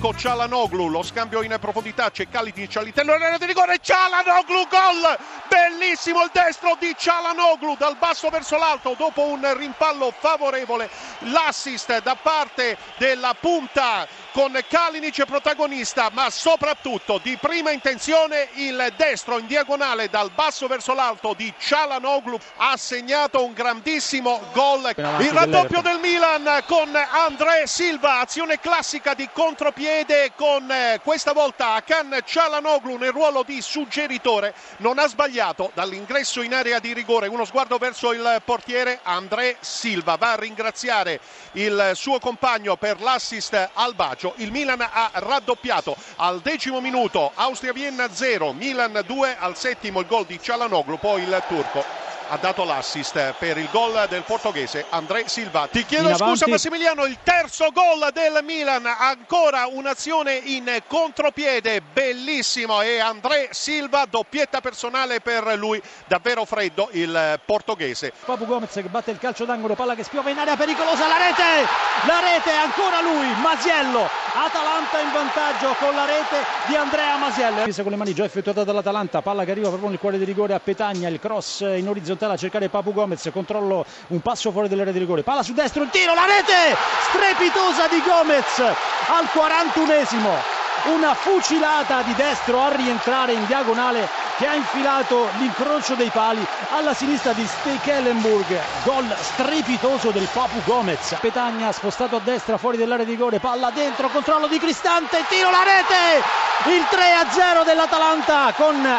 Marco Çalhanoğlu, lo scambio in profondità, c'è Kalinic all'interno dell'area di rigore, Çalhanoğlu, gol! Bellissimo il destro di Çalhanoğlu dal basso verso l'alto dopo un rimpallo favorevole, l'assist da parte della punta con Kalinic protagonista, ma soprattutto di prima intenzione il destro in diagonale dal basso verso l'alto di Çalhanoğlu ha segnato un grandissimo gol. Il raddoppio del Milan con André Silva, azione classica di contropiede con questa volta Hakan Çalhanoğlu nel ruolo di suggeritore, non ha sbagliato dall'ingresso in area di rigore, uno sguardo verso il portiere André Silva, va a ringraziare il suo compagno per l'assist al bacio. Il Milan ha raddoppiato al 10° minuto, Austria-Vienna 0, Milan 2, al 7° il gol di Çalhanoğlu, poi il turco ha dato l'assist per il gol del portoghese André Silva. Ti chiedo scusa Massimiliano, il terzo gol del Milan, ancora un'azione in contropiede bellissimo e André Silva, doppietta personale per lui, davvero freddo il portoghese. Papu Gomez che batte il calcio d'angolo, palla che spiova in area pericolosa, la rete, ancora lui, Masiello, Atalanta in vantaggio con la rete di Andrea Masiello. Con le mani già effettuata dall'Atalanta, palla che arriva proprio nel cuore di rigore a Petagna, il cross in orizzontale a cercare Papu Gomez, controllo, un passo fuori dell'area di rigore, palla su destro, il tiro, la rete strepitosa di Gomez al 41esimo, una fucilata di destro a rientrare in diagonale che ha infilato l'incrocio dei pali alla sinistra di Stekelenburg, gol strepitoso del Papu Gomez. Petagna spostato a destra fuori dell'area di rigore, palla dentro, controllo di Cristante, tiro, la rete, il 3-0 dell'Atalanta con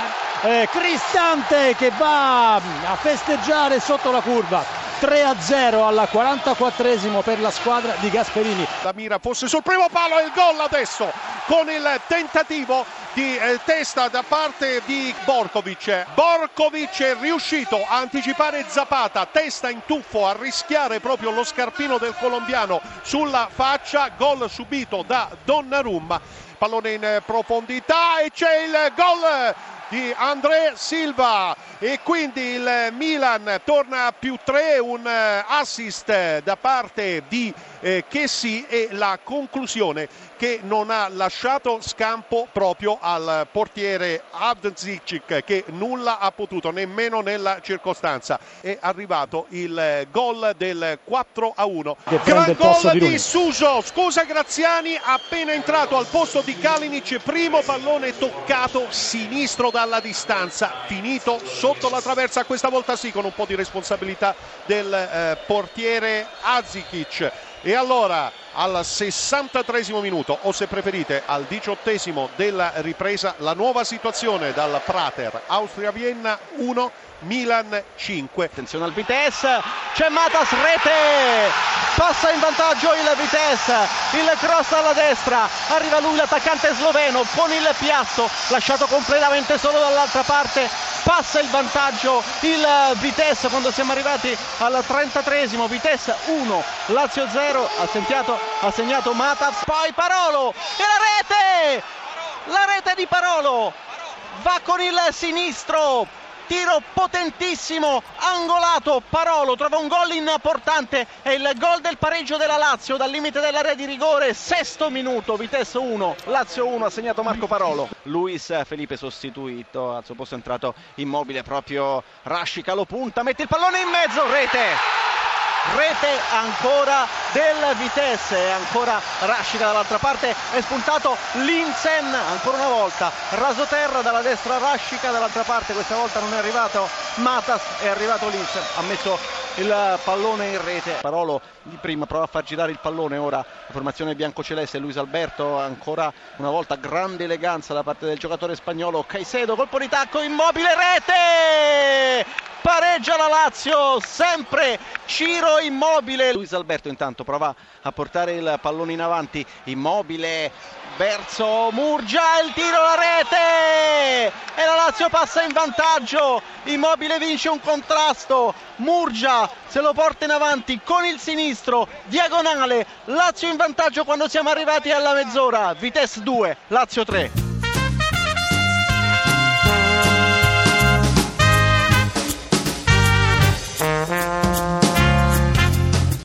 Cristante che va a festeggiare sotto la curva. 3-0 al 44esimo per la squadra di Gasperini. La mira fosse sul primo palo e il gol adesso con il tentativo di testa da parte di Borkovic. Borkovic è riuscito a anticipare Zapata, testa in tuffo, a rischiare proprio lo scarpino del colombiano sulla faccia, gol subito da Donnarumma. Pallone in profondità e c'è il gol di André Silva e quindi il Milan torna a +3, un assist da parte di Kessie e la conclusione che non ha lasciato scampo proprio al portiere Avdžić, che nulla ha potuto nemmeno nella circostanza. È arrivato il gol del 4-1. Gran gol di Suso, scusa Graziani, appena entrato al posto di Kalinic, primo pallone toccato sinistro dalla distanza, finito sotto la traversa, questa volta sì con un po' di responsabilità del portiere Avdžić. E allora al 63° minuto, o se preferite al 18° della ripresa, la nuova situazione dal Prater, Austria-Vienna 1, Milan 5. Attenzione al Vitesse, c'è Matas, rete, passa in vantaggio il Vitesse, il cross alla destra, arriva lui l'attaccante sloveno con il piatto, lasciato completamente solo dall'altra parte, passa il vantaggio il Vitesse quando siamo arrivati al 33°, Vitesse 1, Lazio 0, ha segnato Matas, poi Parolo e la rete di Parolo, va con il sinistro, tiro potentissimo, angolato, Parolo trova un gol importante, è il gol del pareggio della Lazio dal limite dell'area di rigore, 6° minuto, Vitesse 1, Lazio 1, ha segnato Marco Parolo. Luis Felipe sostituito, al suo posto è entrato Immobile, proprio Rashica lo punta, mette il pallone in mezzo, rete ancora del Vitesse, ancora Rashica dall'altra parte, è spuntato Linsen, ancora una volta rasoterra dalla destra Rashica, dall'altra parte questa volta non è arrivato Matas, è arrivato Linsen, ha messo il pallone in rete. Parolo di prima prova a far girare il pallone, ora la formazione biancoceleste, Luis Alberto, ancora una volta grande eleganza da parte del giocatore spagnolo, Caicedo, colpo di tacco, Immobile, rete! Pareggia la Lazio, sempre Ciro Immobile. Luis Alberto intanto prova a portare il pallone in avanti, Immobile verso Murgia, il tiro, la rete e la Lazio passa in vantaggio, Immobile vince un contrasto, Murgia se lo porta in avanti con il sinistro, diagonale, Lazio in vantaggio quando siamo arrivati alla mezz'ora, Vitesse 2, Lazio 3.